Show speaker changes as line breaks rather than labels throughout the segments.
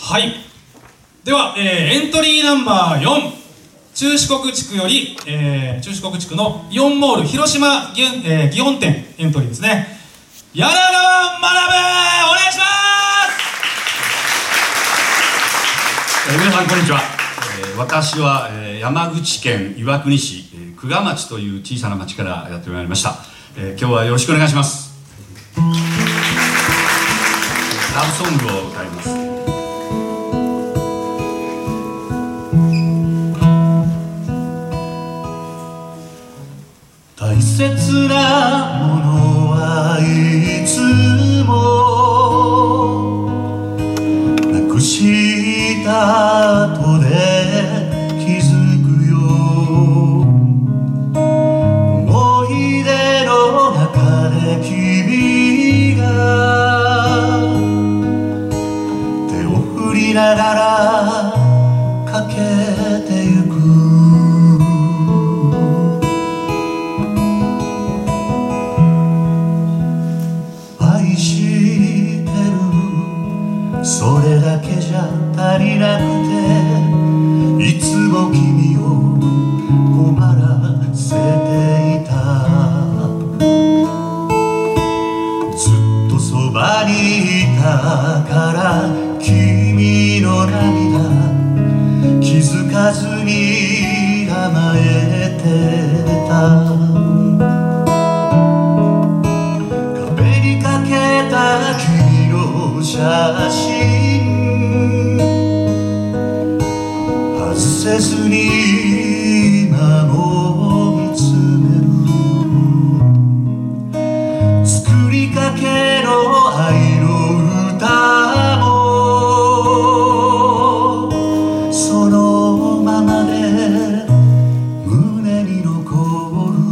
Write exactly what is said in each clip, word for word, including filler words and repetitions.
はい、では、えー、エントリーナンバーよん、中四国地区より、えー、中四国地区のイオンモール広島祇園、えー、祇園店エントリーですね。柳川学、お願いします。
えー、皆さんこんにちは。えー、私は、えー、山口県岩国市、えー、久我町という小さな町からやってまいりました。えー、今日はよろしくお願いします。ラブソングを歌います。大切なものはいつもなくした後で気づくよ。思い出の中で君が手を振りながらかけてゆく。それだけじゃ足りなくていつも君を困らせていた。ずっとそばにいたから君の涙気づかずに甘えてた。壁にかけた君の写真外せずに今も見つめる。作りかけの愛の歌もそのままで胸に残る。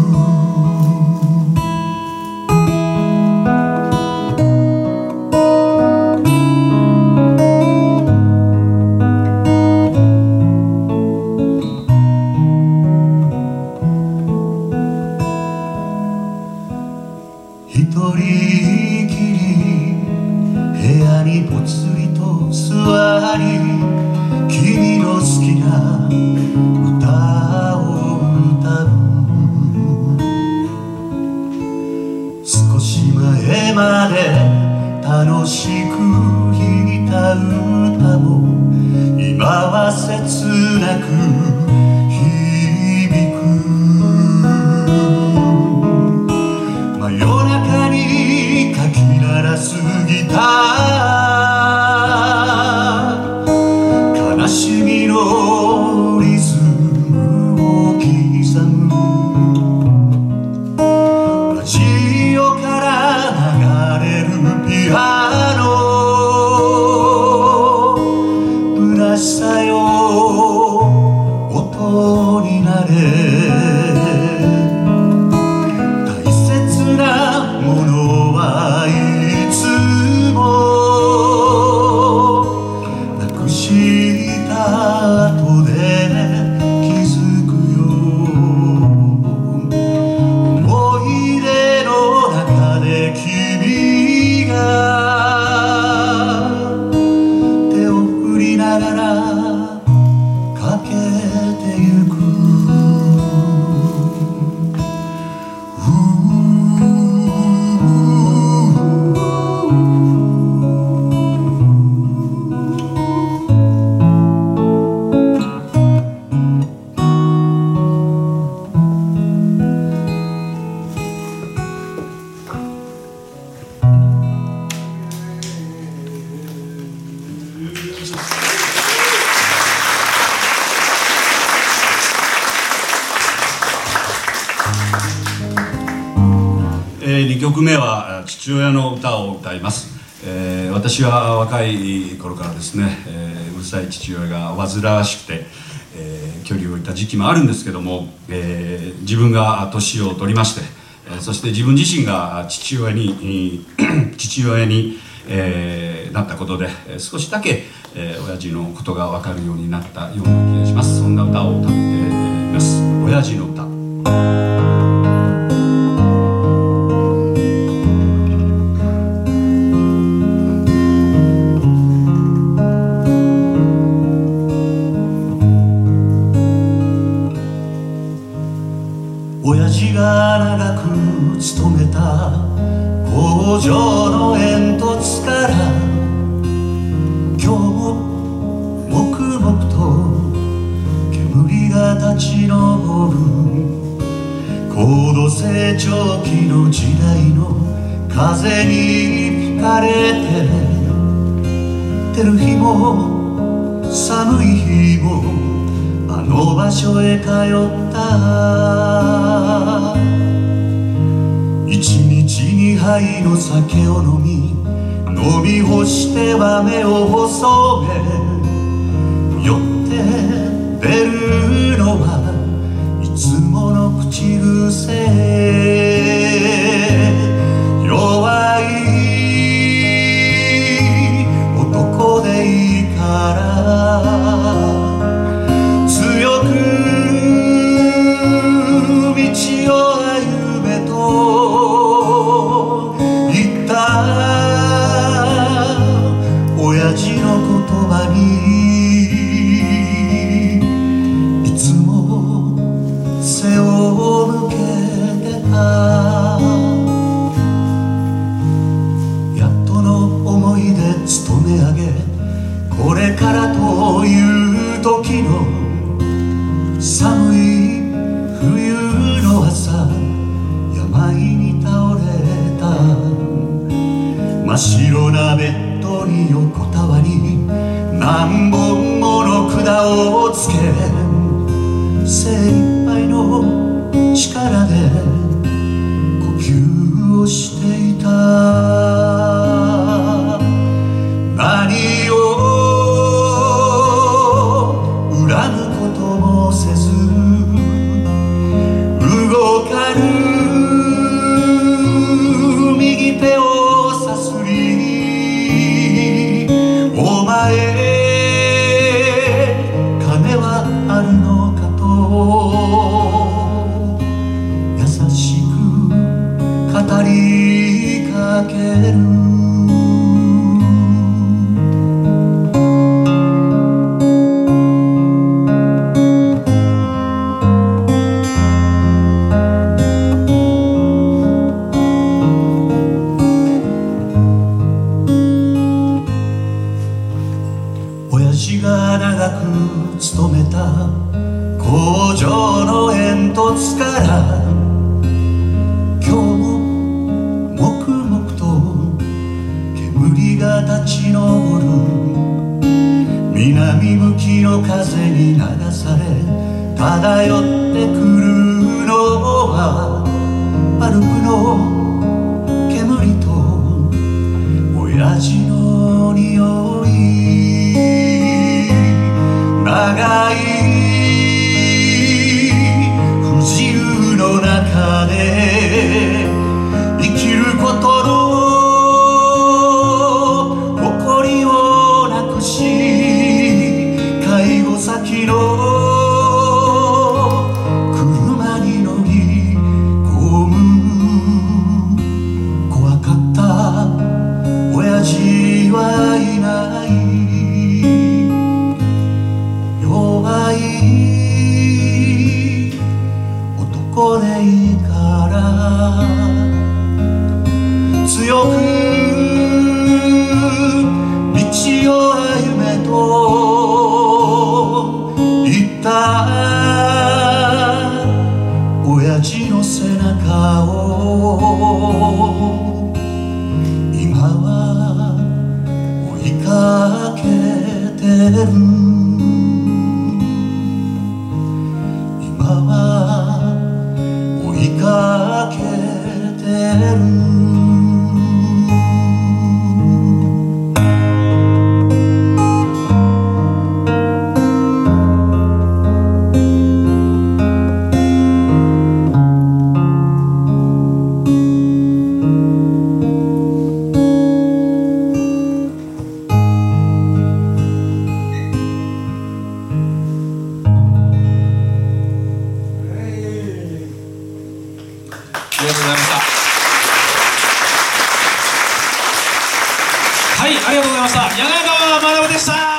一人きり部屋にぽつりと座り君の好きな歌を歌う。少し前まで楽しく弾いた歌も今は切なく響く。夜中にかき鳴らすギター悲しみのリズムを刻む。ラジオから流れるピアノ虚しさよ音になれ。にきょくめは父親の歌を歌います。えー、私は若い頃からですね、えー、うるさい父親が煩わしくて、えー、距離を置いた時期もあるんですけども、えー、自分が年を取りまして、えー、そして自分自身が父親に父親に、えー、なったことで少しだけ、えー、親父のことが分かるようになったような気がします。そんな歌を歌っています。親父の歌。
く勤めた工場の煙突から今日も黙々と煙が立ち上る。高度成長期の時代の風に吹かれて照る日も寒い日もあの場所へ通った。一日に杯の酒を飲み飲み干しては目を細め酔って出るのはいつもの口癖。弱い男でいいから強く道を歩めと言った親父の言葉にいつも背を向けてた。やっとの思いで勤め上げこれからという時の寒い冬の朝病に倒れた。真っ白なベッドに横たわり何本もの管をつけ精一杯の力で呼吸をしていた。何を恨むこともせず動かぬ右手をさすりお前金はあるのかと優しく語りかける。親父が長く勤めた工場の煙突から今日も黙々と煙が立ち上る。南向きの風に流され漂ってくるのはパルプの煙と親父の匂い。長い不自由の中で生きることの誇りをなくし介護先の車に乗り込む。怖かった親父はいない。弱い男でいいから強く道を歩めと言った親父の背中を今は追いかけてる。追いかけてる。
ありがとうございました。はい、ありがとうございました。柳川学でした。